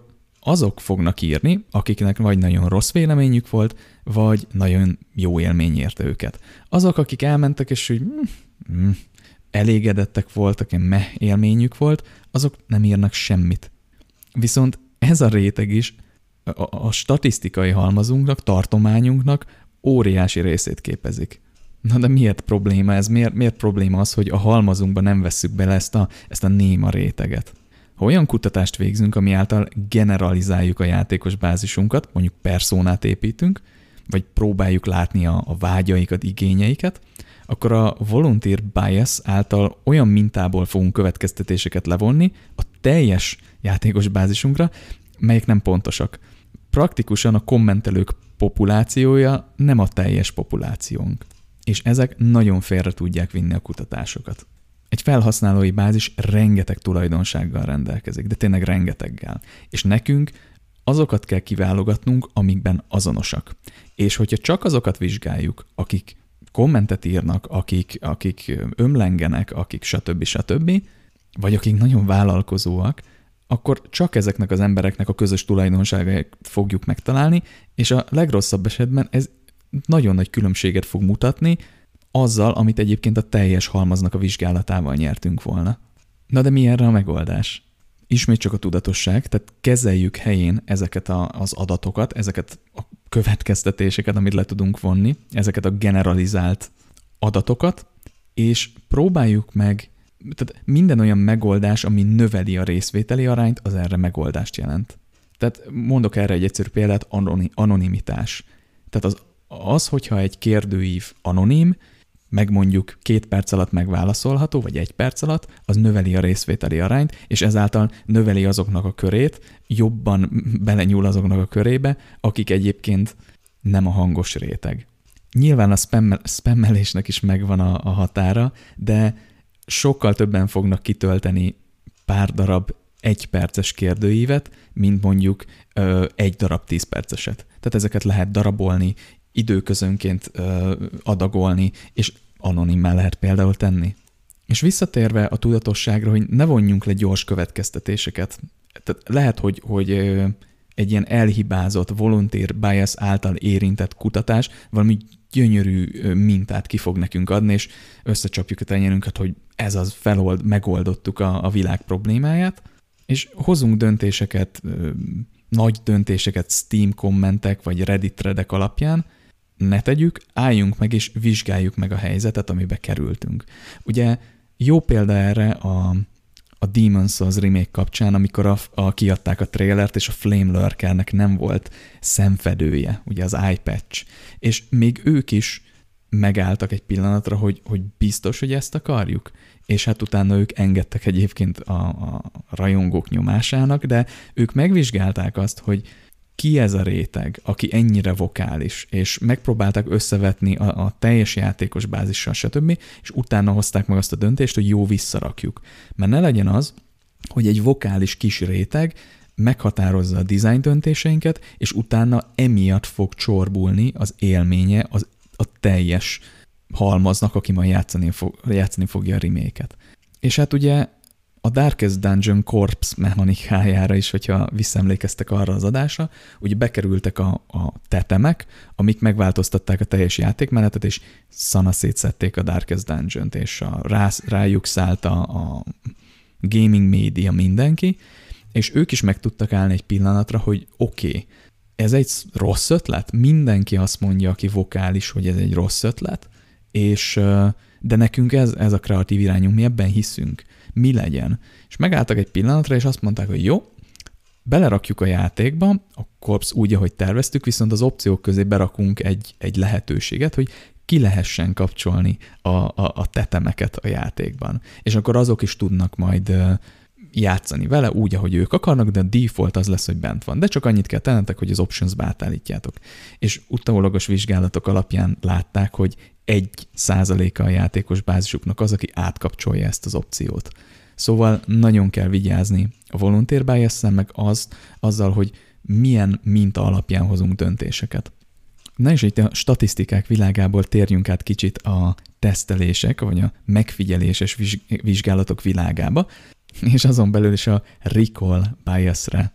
Speaker 2: azok fognak írni, akiknek vagy nagyon rossz véleményük volt, vagy nagyon jó élmény érte őket. Azok, akik elmentek, és úgy mm, mm, elégedettek voltak, ilyen meh élményük volt, azok nem írnak semmit. Viszont ez a réteg is a, a statisztikai halmazunknak, tartományunknak óriási részét képezik. Na de miért probléma ez? Miért, miért probléma az, hogy a halmazunkba nem vesszük bele ezt a, ezt a néma réteget? Ha olyan kutatást végzünk, ami által generalizáljuk a játékos bázisunkat, mondjuk personát építünk, vagy próbáljuk látni a, a vágyaikat, igényeiket, akkor a volunteer bias által olyan mintából fogunk következtetéseket levonni a teljes játékos bázisunkra, melyek nem pontosak. Praktikusan a kommentelők populációja nem a teljes populációnk. És ezek nagyon félre tudják vinni a kutatásokat. Egy felhasználói bázis rengeteg tulajdonsággal rendelkezik, de tényleg rengeteggel. És nekünk azokat kell kiválogatnunk, amikben azonosak. És hogyha csak azokat vizsgáljuk, akik kommentet írnak, akik, akik ömlengenek, akik stb. stb., vagy akik nagyon vállalkozóak, akkor csak ezeknek az embereknek a közös tulajdonságait fogjuk megtalálni, és a legrosszabb esetben ez nagyon nagy különbséget fog mutatni azzal, amit egyébként a teljes halmaznak a vizsgálatával nyertünk volna. Na de mi erre a megoldás? Ismét csak a tudatosság, tehát kezeljük helyén ezeket a, az adatokat, ezeket a következtetéseket, amit le tudunk vonni, ezeket a generalizált adatokat, és próbáljuk meg, tehát minden olyan megoldás, ami növeli a részvételi arányt, az erre megoldást jelent. Tehát mondok erre egy egyszerű példát, anonimitás. Tehát az, az, hogyha egy kérdőív anonim, meg mondjuk két perc alatt megválaszolható, vagy egy perc alatt, az növeli a részvételi arányt, és ezáltal növeli azoknak a körét, jobban belenyúl azoknak a körébe, akik egyébként nem a hangos réteg. Nyilván a spammel, spammelésnek is megvan a, a határa, de sokkal többen fognak kitölteni pár darab egyperces kérdőívet, mint mondjuk ö, egy darab tíz perceset. Tehát ezeket lehet darabolni, időközönként ö, adagolni, és anonimmá lehet például tenni. És visszatérve a tudatosságra, hogy ne vonjunk le gyors következtetéseket. Tehát lehet, hogy, hogy ö, egy ilyen elhibázott, volunteer bias által érintett kutatás valami gyönyörű mintát ki fog nekünk adni, és összecsapjuk a tenyerünket, hogy ez az felold, megoldottuk a, a világ problémáját, és hozunk döntéseket, ö, nagy döntéseket Steam kommentek vagy Reddit threadek alapján, ne tegyük, álljunk meg és vizsgáljuk meg a helyzetet, amibe kerültünk. Ugye jó példa erre a, a Demon's Souls remake kapcsán, amikor a, a kiadták a trailert, és a Flame Lurkernek nem volt szemfedője, ugye az eye patch. És még ők is megálltak egy pillanatra, hogy, hogy biztos, hogy ezt akarjuk. És hát utána ők engedtek egyébként a, a rajongók nyomásának, de ők megvizsgálták azt, hogy ki ez a réteg, aki ennyire vokális, és megpróbálták összevetni a, a teljes játékos bázissal, stb., és utána hozták meg azt a döntést, hogy jó, visszarakjuk. Mert ne legyen az, hogy egy vokális kis réteg meghatározza a design döntéseinket, és utána emiatt fog csorbulni az élménye az, a teljes halmaznak, aki majd játszani, fog, játszani fogja a remake-et. És hát ugye a Darkest Dungeon Corpse mechanikájára is, hogyha visszaemlékeztek arra az adásra, ugye bekerültek a, a tetemek, amik megváltoztatták a teljes játékmenetet, és szana szétszették a Darkest Dungeon-t, és a, rá, rájuk szállt a, a gaming média mindenki, és ők is meg tudtak állni egy pillanatra, hogy oké, okay, ez egy rossz ötlet? Mindenki azt mondja, aki vokális, hogy ez egy rossz ötlet, és, de nekünk ez, ez a kreatív irányunk, mi ebben hiszünk. Mi legyen? És megálltak egy pillanatra, és azt mondták, hogy jó, belerakjuk a játékba, a Corpse úgy, ahogy terveztük, viszont az opciók közé berakunk egy, egy lehetőséget, hogy ki lehessen kapcsolni a, a, a tetemeket a játékban. És akkor azok is tudnak majd játszani vele úgy, ahogy ők akarnak, de a default az lesz, hogy bent van. De csak annyit kell tennetek, hogy az options-be átállítjátok. És utólagos vizsgálatok alapján látták, hogy egy százaléka a játékos bázisuknak az, aki átkapcsolja ezt az opciót. Szóval nagyon kell vigyázni a volunteer bias-szel, meg az, azzal, hogy milyen minta alapján hozunk döntéseket. Na és itt a statisztikák világából térjünk át kicsit a tesztelések, vagy a megfigyeléses vizsgálatok világába, és azon belül is a recall bias-re.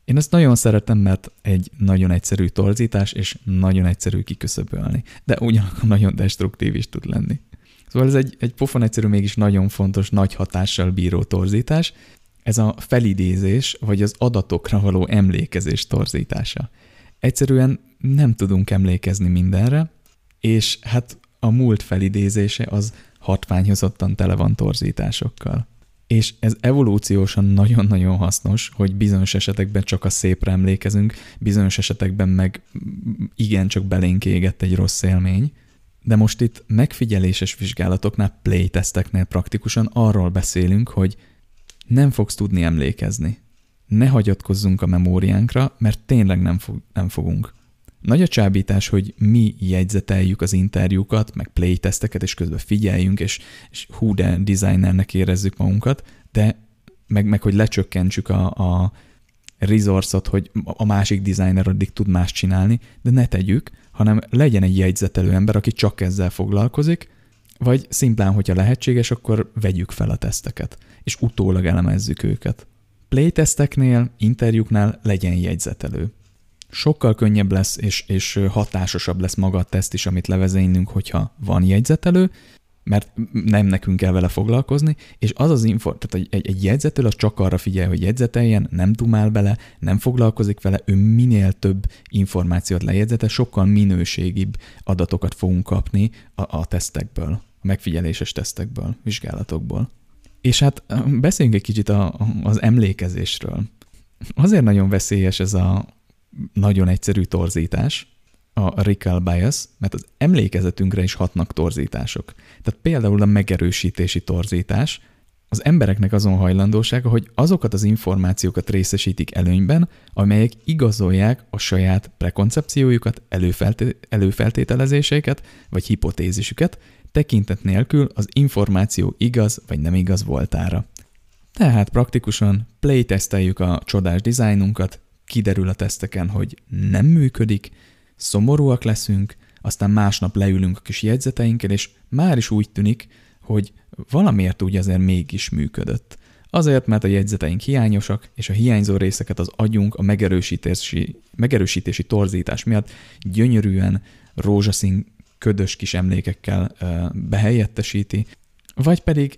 Speaker 2: Én ezt nagyon szeretem, mert egy nagyon egyszerű torzítás, és nagyon egyszerű kiküszöbölni. De ugyanakkor nagyon destruktív is tud lenni. Szóval ez egy, egy pofon egyszerű, mégis nagyon fontos, nagy hatással bíró torzítás. Ez a felidézés, vagy az adatokra való emlékezés torzítása. Egyszerűen nem tudunk emlékezni mindenre, és hát a múlt felidézése az hatványozottan tele van torzításokkal. És ez evolúciósan nagyon-nagyon hasznos, hogy bizonyos esetekben csak a szépre emlékezünk, bizonyos esetekben meg igencsak belénk égett egy rossz élmény, de most itt megfigyeléses vizsgálatoknál, playtesteknél praktikusan arról beszélünk, hogy nem fogsz tudni emlékezni. Ne hagyatkozzunk a memóriánkra, mert tényleg nem, fog, nem fogunk. Nagy a csábítás, hogy mi jegyzeteljük az interjúkat, meg playtesteket, és közben figyeljünk, és, és hú, de designernek érezzük magunkat, de meg, meg hogy lecsökkentsük a, a resource-ot, hogy a másik designer addig tud más csinálni, de ne tegyük, hanem legyen egy jegyzetelő ember, aki csak ezzel foglalkozik, vagy szimplán, hogyha lehetséges, akkor vegyük fel a teszteket, és utólag elemezzük őket. Playtesteknél, interjúknál legyen jegyzetelő. Sokkal könnyebb lesz, és, és hatásosabb lesz maga a teszt is, amit levezénylünk, hogyha van jegyzetelő, mert nem nekünk kell vele foglalkozni, és az az info, tehát egy, egy jegyzetelő az csak arra figyel, hogy jegyzeteljen, nem dumál bele, nem foglalkozik vele, ő minél több információt lejegyzetel, sokkal minőségibb adatokat fogunk kapni a, a tesztekből, a megfigyeléses tesztekből, vizsgálatokból. És hát beszéljünk egy kicsit a, az emlékezésről. Azért nagyon veszélyes ez a nagyon egyszerű torzítás, a recall bias, mert az emlékezetünkre is hatnak torzítások. Tehát például a megerősítési torzítás, az embereknek azon hajlandósága, hogy azokat az információkat részesítik előnyben, amelyek igazolják a saját prekoncepciójukat, előfelté- előfeltételezéseiket vagy hipotézisüket, tekintet nélkül az információ igaz vagy nem igaz voltára. Tehát praktikusan playteszteljük a csodás dizájnunkat, kiderül a teszteken, hogy nem működik, szomorúak leszünk, aztán másnap leülünk a kis jegyzeteinkkel, és már is úgy tűnik, hogy valamiért úgy azért mégis működött. Azért, mert a jegyzeteink hiányosak, és a hiányzó részeket az agyunk a megerősítési, megerősítési torzítás miatt gyönyörűen rózsaszín, ködös kis emlékekkel uh, behelyettesíti, vagy pedig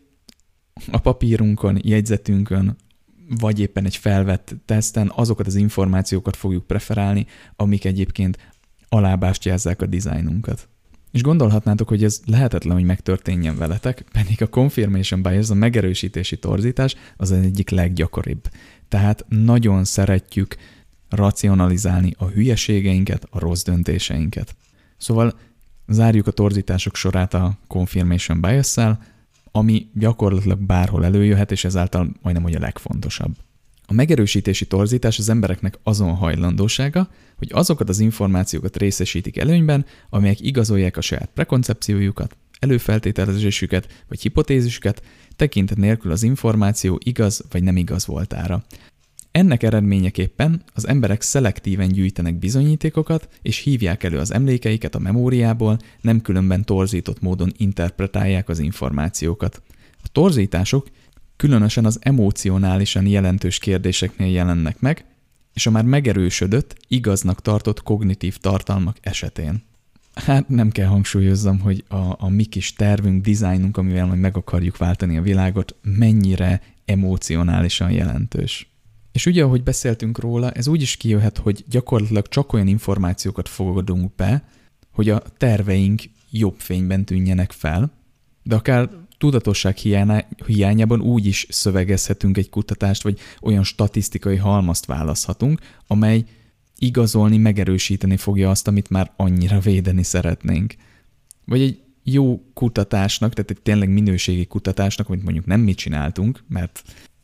Speaker 2: a papírunkon, jegyzetünkön, vagy éppen egy felvett teszten azokat az információkat fogjuk preferálni, amik egyébként alábástyázzák a dizájnunkat. És gondolhatnátok, hogy ez lehetetlen, hogy megtörténjen veletek, pedig a confirmation bias, a megerősítési torzítás az egyik leggyakoribb. Tehát nagyon szeretjük racionalizálni a hülyeségeinket, a rossz döntéseinket. Szóval zárjuk a torzítások sorát a confirmation bias-szel, ami gyakorlatilag bárhol előjöhet, és ezáltal majdnem, hogy a legfontosabb. A megerősítési torzítás az embereknek azon hajlandósága, hogy azokat az információkat részesítik előnyben, amelyek igazolják a saját prekoncepciójukat, előfeltételezésüket vagy hipotézisüket, tekintet nélkül az információ igaz vagy nem igaz voltára. Ennek eredményeképpen az emberek szelektíven gyűjtenek bizonyítékokat, és hívják elő az emlékeiket a memóriából, nem különben torzított módon interpretálják az információkat. A torzítások különösen az emocionálisan jelentős kérdéseknél jelennek meg, és a már megerősödött, igaznak tartott kognitív tartalmak esetén. Hát nem kell hangsúlyozzam, hogy a, a mi kis tervünk, dizájnunk, amivel majd meg akarjuk váltani a világot, mennyire emocionálisan jelentős. És ugye, ahogy beszéltünk róla, ez úgy is kijöhet, hogy gyakorlatilag csak olyan információkat fogadunk be, hogy a terveink jobb fényben tűnjenek fel, de akár tudatosság hiányában úgy is szövegezhetünk egy kutatást, vagy olyan statisztikai halmazt választhatunk, amely igazolni, megerősíteni fogja azt, amit már annyira védeni szeretnénk. Vagy egy jó kutatásnak, tehát egy tényleg minőségi kutatásnak, amit mondjuk nem mi csináltunk, mert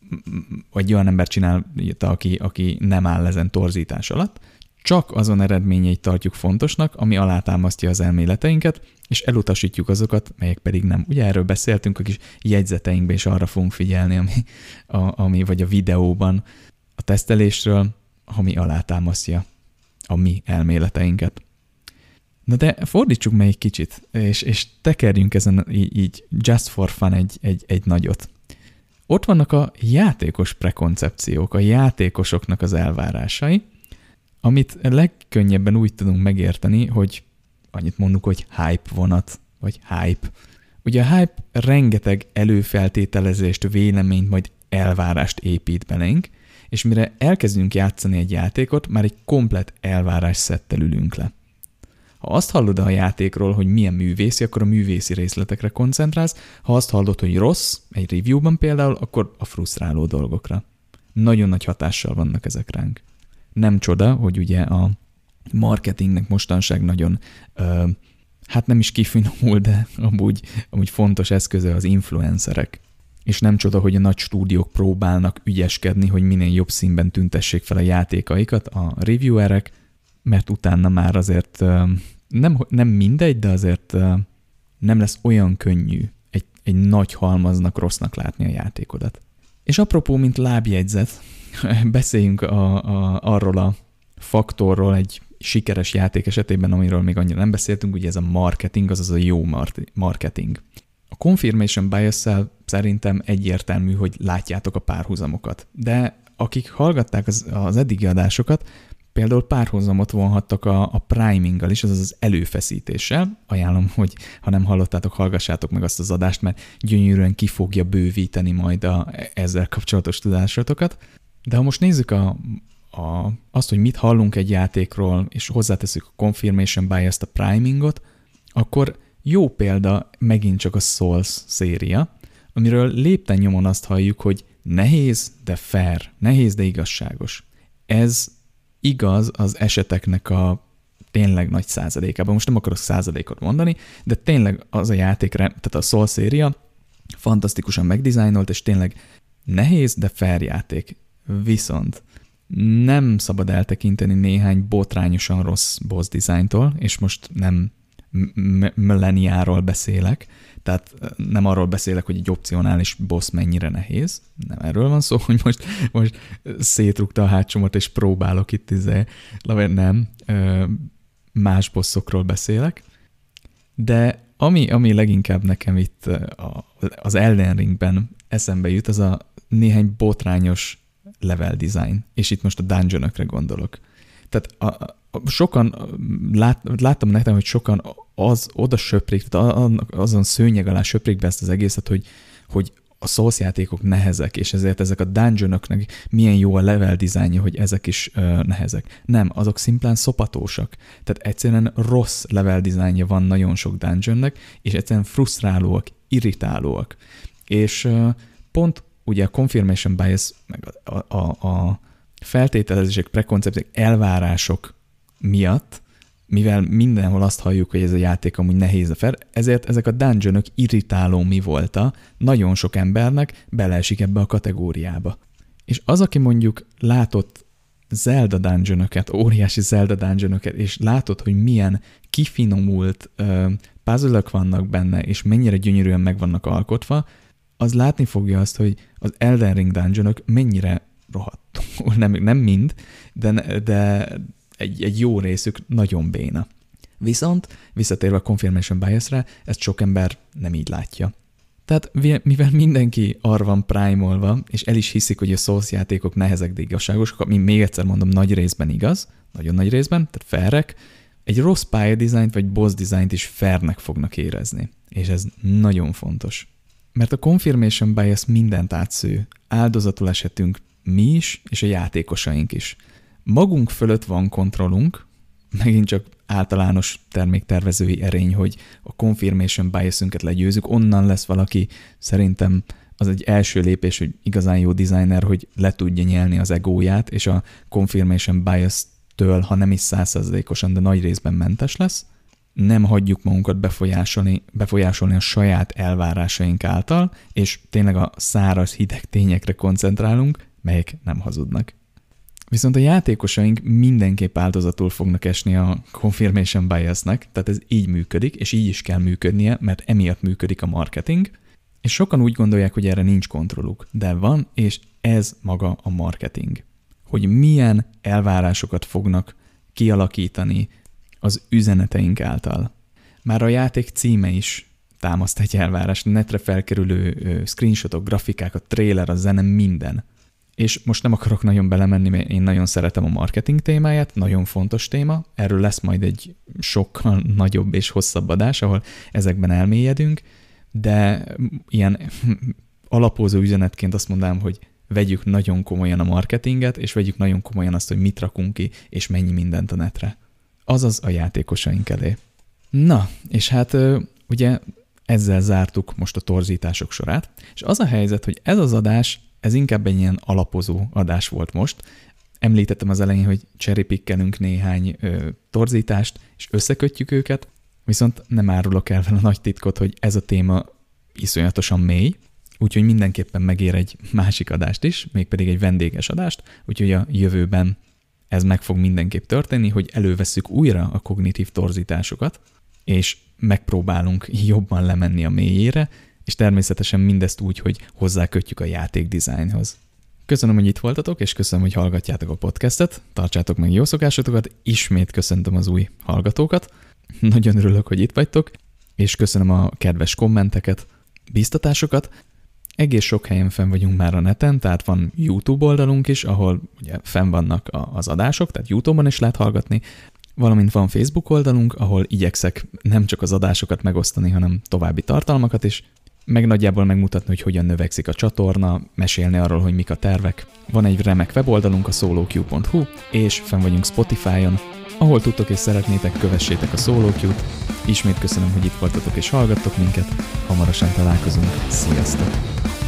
Speaker 2: vagy olyan ember csinálta, aki, aki nem áll ezen torzítás alatt, csak azon eredményeit tartjuk fontosnak, ami alátámasztja az elméleteinket, és elutasítjuk azokat, melyek pedig nem. Ugye erről beszéltünk a kis jegyzeteinkben, és arra fogunk figyelni, ami, a, ami vagy a videóban a tesztelésről, ami alátámasztja a mi elméleteinket. Na de fordítsuk meg egy kicsit, és, és tekerjünk ezen így, így just for fun egy, egy, egy nagyot. Ott vannak a játékos prekoncepciók, a játékosoknak az elvárásai, amit legkönnyebben úgy tudunk megérteni, hogy annyit mondunk, hogy hype vonat, vagy hype. Ugye a hype rengeteg előfeltételezést, véleményt, majd elvárást épít belénk, és mire elkezdünk játszani egy játékot, már egy komplett elvárás szettel ülünk le. Ha azt hallod a játékról, hogy milyen művészi, akkor a művészi részletekre koncentrálsz, ha azt hallod, hogy rossz, egy reviewban például, akkor a frusztráló dolgokra. Nagyon nagy hatással vannak ezek ránk. Nem csoda, hogy ugye a marketingnek mostanság nagyon, ö, hát nem is kifinomul, de amúgy, amúgy fontos eszköze az influencerek. És nem csoda, hogy a nagy stúdiók próbálnak ügyeskedni, hogy minél jobb színben tüntessék fel a játékaikat a reviewerek, mert utána már azért nem, nem mindegy, de azért nem lesz olyan könnyű egy, egy nagy halmaznak rossznak látni a játékodat. És apropó, mint lábjegyzet, beszéljünk a, a, arról a faktorról egy sikeres játék esetében, amiről még annyira nem beszéltünk, ugye ez a marketing, azaz a jó marketing. A confirmation bias-szel szerintem egyértelmű, hogy látjátok a párhuzamokat. De akik hallgatták az, az eddigi adásokat, például párhuzamot vonhattak a, a priminggal is, azaz az előfeszítéssel. Ajánlom, hogy ha nem hallottátok, hallgassátok meg azt az adást, mert gyönyörűen ki fogja bővíteni majd a, ezzel kapcsolatos tudásotokat. De ha most nézzük a, a, azt, hogy mit hallunk egy játékról, és hozzáteszünk a confirmation bias-t, a primingot, akkor jó példa megint csak a Souls széria, amiről lépten nyomon azt halljuk, hogy nehéz, de fair, nehéz, de igazságos. Ez igaz az eseteknek a tényleg nagy százalékában. Most nem akarok százalékot mondani, de tényleg az a játék, tehát a Souls széria fantasztikusan megdizájnolt, és tényleg nehéz, de fair játék. Viszont nem szabad eltekinteni néhány botrányosan rossz boss dizájntól, és most nem milleniáról beszélek, tehát nem arról beszélek, hogy egy opcionális boss mennyire nehéz, nem erről van szó, hogy most, most szétrugta a hátsomot, és próbálok itt izé, nem, más bosszokról beszélek, de ami, ami leginkább nekem itt az Elden Ringben eszembe jut, az a néhány botrányos level design, és itt most a dungeonokra gondolok. Tehát a, a, sokan, lát, láttam nektek, hogy sokan az oda söprik, tehát azon szőnyeg alá söprik be ezt az egészet, hogy, hogy a Souls játékok nehezek, és ezért ezek a dungeonoknak milyen jó a level dizájnja, hogy ezek is uh, nehezek. Nem, azok szimplán szopatósak. Tehát egyszerűen rossz level dizájnja van nagyon sok dungeonnek, és egyszerűen frusztrálóak, irritálóak. És uh, pont ugye a confirmation bias, meg a, a, a feltételezések, prekoncepciók, elvárások miatt, mivel mindenhol azt halljuk, hogy ez a játék amúgy nehéz a fel, ezért ezek a dungeonok irritáló mi volta, nagyon sok embernek beleesik ebbe a kategóriába. És az, aki mondjuk látott Zelda dungeonokat, óriási Zelda dungeonokat, és látott, hogy milyen kifinomult uh, puzzle-ök vannak benne, és mennyire gyönyörűen meg vannak alkotva, az látni fogja azt, hogy az Elden Ring dungeonok mennyire rohadtul, nem, nem mind, de, de egy, egy jó részük nagyon béna. Viszont, visszatérve a confirmation bias-re, ezt sok ember nem így látja. Tehát mivel mindenki arra van prime-olva, és el is hiszik, hogy a Souls játékok nehezek, de igazságosak, ami még egyszer mondom, nagy részben igaz, nagyon nagy részben, tehát fairek, egy rossz pályadizájnt vagy boss dizájnt is fairnek fognak érezni. És ez nagyon fontos. Mert a confirmation bias mindent átsző, áldozatul esetünk mi is, és a játékosaink is. Magunk fölött van kontrollunk, megint csak általános terméktervezői erény, hogy a confirmation bias-ünket legyőzzük, onnan lesz valaki, szerintem az egy első lépés, hogy igazán jó designer, hogy le tudja nyelni az egóját, és a confirmation bias-től, ha nem is száz százalékosan, de nagy részben mentes lesz. Nem hagyjuk magunkat befolyásolni, befolyásolni a saját elvárásaink által, és tényleg a száraz, hideg tényekre koncentrálunk, melyek nem hazudnak. Viszont a játékosaink mindenképp áldozatul fognak esni a confirmation biasnak, tehát ez így működik, és így is kell működnie, mert emiatt működik a marketing, és sokan úgy gondolják, hogy erre nincs kontrolluk, de van, és ez maga a marketing. Hogy milyen elvárásokat fognak kialakítani az üzeneteink által. Már a játék címe is támaszt egy elvárást. Netre felkerülő screenshotok, grafikák, a trailer, a zene, minden. És most nem akarok nagyon belemenni, mert én nagyon szeretem a marketing témáját, nagyon fontos téma. Erről lesz majd egy sokkal nagyobb és hosszabb adás, ahol ezekben elmélyedünk, de ilyen alapozó üzenetként azt mondanám, hogy vegyük nagyon komolyan a marketinget, és vegyük nagyon komolyan azt, hogy mit rakunk ki, és mennyi mindent a netre. Azaz a játékosaink elé. Na, és hát ugye ezzel zártuk most a torzítások sorát, és az a helyzet, hogy ez az adás, ez inkább egy ilyen alapozó adás volt most. Említettem az elején, hogy cherrypickelünk néhány ö, torzítást, és összekötjük őket, viszont nem árulok el vele a nagy titkot, hogy ez a téma iszonyatosan mély, úgyhogy mindenképpen megér egy másik adást is, mégpedig egy vendéges adást, úgyhogy a jövőben ez meg fog mindenképp történni, hogy elővesszük újra a kognitív torzításokat, és megpróbálunk jobban lemenni a mélyére, és természetesen mindezt úgy, hogy hozzákötjük a játékdizájnhoz. Köszönöm, hogy itt voltatok, és köszönöm, hogy hallgatjátok a podcastet, tartsátok meg jó szokásotokat, ismét köszöntöm az új hallgatókat, nagyon örülök, hogy itt vagytok, és köszönöm a kedves kommenteket, bíztatásokat. Egész sok helyen fenn vagyunk már a neten, tehát van YouTube oldalunk is, ahol ugye fenn vannak az adások, tehát YouTube-on is lehet hallgatni, valamint van Facebook oldalunk, ahol igyekszek nem csak az adásokat megosztani, hanem további tartalmakat is, meg nagyjából megmutatni, hogy hogyan növekszik a csatorna, mesélni arról, hogy mik a tervek. Van egy remek weboldalunk, a soloq pont hu, és fenn vagyunk Spotify-on, ahol tudtok és szeretnétek, kövessétek a SoloQ-t. Ismét köszönöm, hogy itt voltatok és hallgattok minket, hamarosan találkozunk, sziasztok!